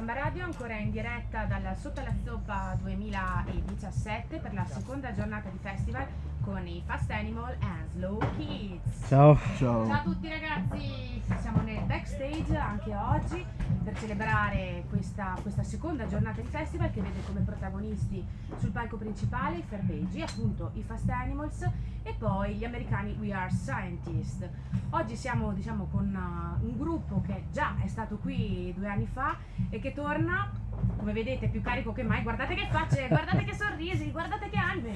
Samba Radio, ancora in diretta dal Sotto la Zoppa 2017 per la seconda giornata di festival con i Fast Animal and Slow Kids. Ciao. Ciao a tutti ragazzi, siamo nel backstage anche oggi per celebrare questa seconda giornata di festival che vede come protagonisti sul palco principale i Ferbegi, appunto i Fast Animals, e poi gli americani We Are Scientists. Oggi siamo con un gruppo che già è stato qui 2 anni fa e che torna, come vedete, più carico che mai. Guardate che facce, guardate che sorrisi, guardate che anime,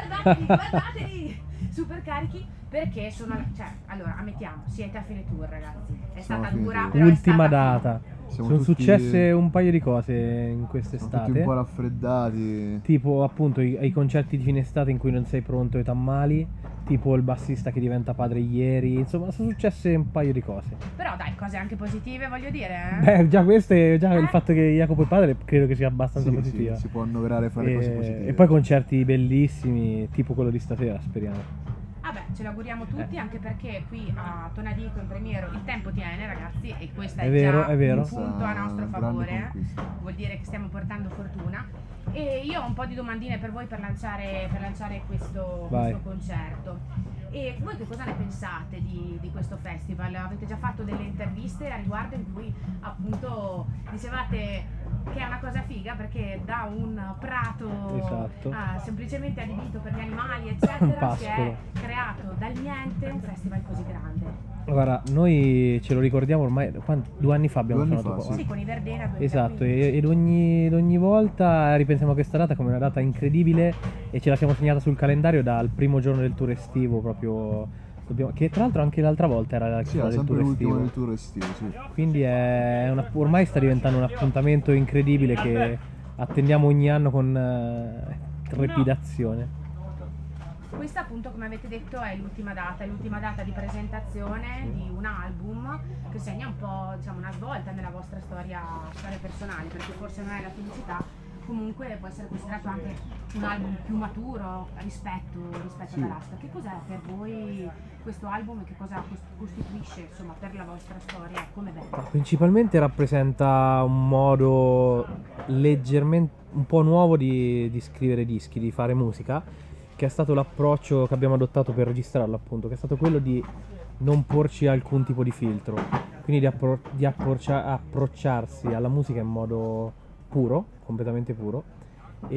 guardateli, super carichi, perché allora ammettiamo, siete a fine tour ragazzi, è stata dura, però ultima è stata data. Sono successe un paio di cose in quest'estate. Tutti un po' raffreddati. Tipo appunto ai concerti di fine estate in cui non sei pronto e t'ammali. Tipo il bassista che diventa padre ieri. Insomma, sono successe un paio di cose. Però dai, cose anche positive, voglio dire. Beh, già il fatto che Jacopo è padre credo che sia abbastanza positiva. Sì, si può annoverare fra le cose positive. E poi concerti bellissimi, tipo quello di stasera, speriamo. Ce l'auguriamo tutti, anche perché qui a Tonadico in Premiero il tempo tiene ragazzi, e questo è vero. un punto a nostro favore, vuol dire che stiamo portando fortuna. E io ho un po' di domandine per voi per lanciare questo concerto. E voi che cosa ne pensate di questo festival? Avete già fatto delle interviste a riguardo in cui appunto dicevate che è una cosa figa perché da un prato semplicemente adibito per gli animali eccetera si è creato dal niente un festival così grande. Guarda, noi ce lo ricordiamo ormai 2 anni fa abbiamo suonato qua. Sì, con i Verdena. Esatto, ed ogni volta ripensiamo a questa data come una data incredibile e ce la siamo segnata sul calendario dal primo giorno del tour estivo proprio. Che tra l'altro anche l'altra volta era la chiusura del tour estivo. Del tour estivo, sì. Quindi ormai sta diventando un appuntamento incredibile che attendiamo ogni anno con trepidazione. Questa appunto, come avete detto, è l'ultima data di presentazione di un album che segna un po', una svolta nella vostra storia personale, perché forse non è la felicità, comunque può essere considerato anche un album più maturo rispetto all'asta. Che cos'è per voi questo album e che cosa costituisce per la vostra storia come band? Principalmente rappresenta un modo leggermente un po' nuovo di scrivere dischi, di fare musica, che è stato l'approccio che abbiamo adottato per registrarlo, appunto, che è stato quello di non porci alcun tipo di filtro, quindi di approcciarsi alla musica in modo puro, completamente puro, e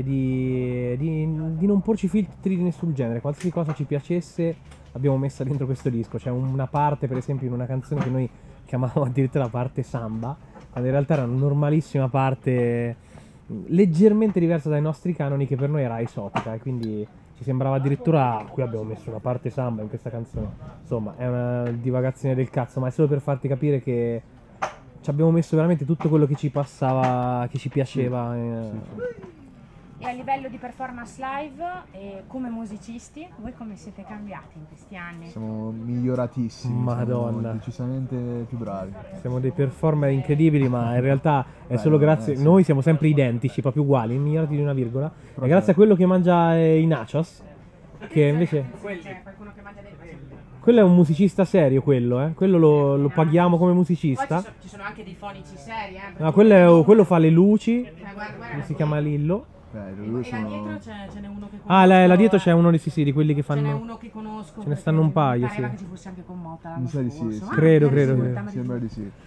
di non porci filtri di nessun genere. Qualsiasi cosa ci piacesse l'abbiamo messa dentro questo disco. C'è una parte, per esempio, in una canzone che noi chiamavamo addirittura la parte samba, quando in realtà era una normalissima parte leggermente diversa dai nostri canoni, che per noi era esotica, e quindi ci sembrava addirittura qui abbiamo messo una parte samba in questa canzone. Insomma, è una divagazione del cazzo, ma è solo per farti capire che ci abbiamo messo veramente tutto quello che ci passava, che ci piaceva. E a livello di performance live, come musicisti, voi come siete cambiati in questi anni? Siamo miglioratissimi. Madonna. Siamo decisamente più bravi. Siamo dei performer incredibili, ma in realtà è solo grazie. Noi siamo sempre identici, proprio uguali, migliorati di una virgola. E grazie a quello che mangia i nachos, che invece. C'è qualcuno che mangia dei Quello è un musicista serio, quello. Quello lo paghiamo come musicista. Poi ci sono anche dei fonici seri, No, quello fa le luci. Guarda, Si chiama Lillo. E là dietro ce n'è uno che conosco. Là dietro c'è uno di quelli che fanno. Ce n'è uno che conosco. Ce ne stanno un paio, Pareva che ci fosse anche con Motta. Mi sa di sì. Credo. Sembra di sì.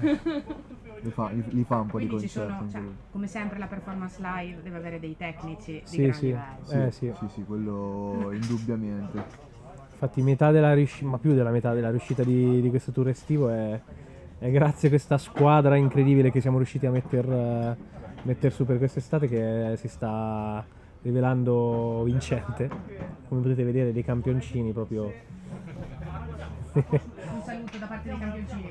Li fa un po' di concerti. Come sempre la performance live deve avere dei tecnici di Sì. livello. Sì, quello indubbiamente. Infatti metà della riuscita, ma più della metà della riuscita di questo tour estivo è grazie a questa squadra incredibile che siamo riusciti a metter su per quest'estate, che si sta rivelando vincente. Come potete vedere, dei campioncini proprio. Un saluto da parte dei campioncini.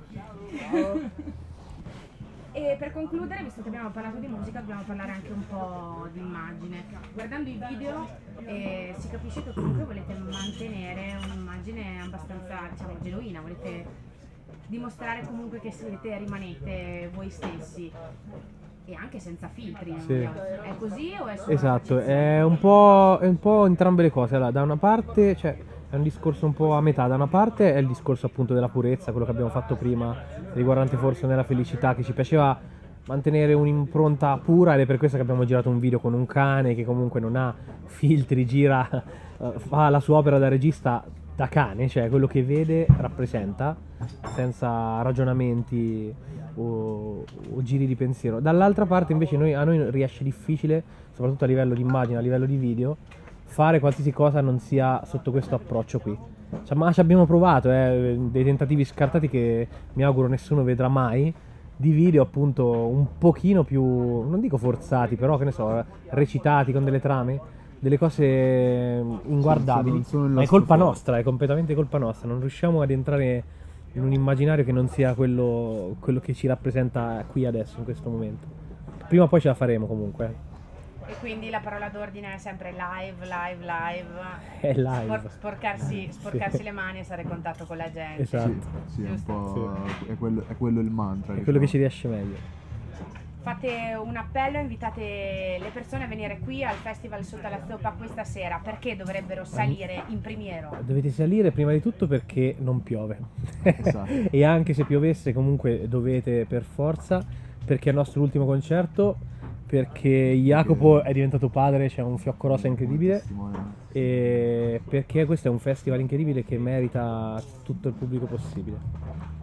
E per concludere, visto che abbiamo parlato di musica, dobbiamo parlare anche un po' di immagine. Guardando i video si capisce che comunque volete mantenere un'immagine abbastanza, genuina, volete dimostrare comunque che rimanete voi stessi. E anche senza filtri, sì. È così o è solo esatto, è un po' entrambe le cose. Allora, da una parte è un discorso un po' a metà. Da una parte è il discorso appunto della purezza, quello che abbiamo fatto prima, riguardante forse nella felicità, che ci piaceva mantenere un'impronta pura, ed è per questo che abbiamo girato un video con un cane che comunque non ha filtri, gira, fa la sua opera da regista da cane, cioè quello che vede rappresenta, senza ragionamenti o giri di pensiero. Dall'altra parte invece a noi riesce difficile, soprattutto a livello di immagine, a livello di video, fare qualsiasi cosa non sia sotto questo approccio qui. Cioè, ma ci abbiamo provato, dei tentativi scartati che mi auguro nessuno vedrà mai, di video appunto un pochino più, non dico forzati, però che ne so, recitati con delle trame, delle cose inguardabili. Ma è colpa nostra, è completamente colpa nostra, non riusciamo ad entrare in un immaginario che non sia quello che ci rappresenta qui adesso, in questo momento. Prima o poi ce la faremo comunque. E quindi la parola d'ordine è sempre live, live, live. È live. Sporcarsi le mani e stare in contatto con la gente. Esatto. Sì, è un po'. Sì. È quello il mantra. È quello che ci riesce meglio. Fate un appello, invitate le persone a venire qui al Festival Sotto la Stoppa questa sera. Perché dovrebbero salire in primiero? Dovete salire prima di tutto perché non piove. Esatto. E anche se piovesse comunque dovete per forza, perché è il nostro ultimo concerto, perché Jacopo è diventato padre, c'è un fiocco rosa incredibile, e perché questo è un festival incredibile che merita tutto il pubblico possibile.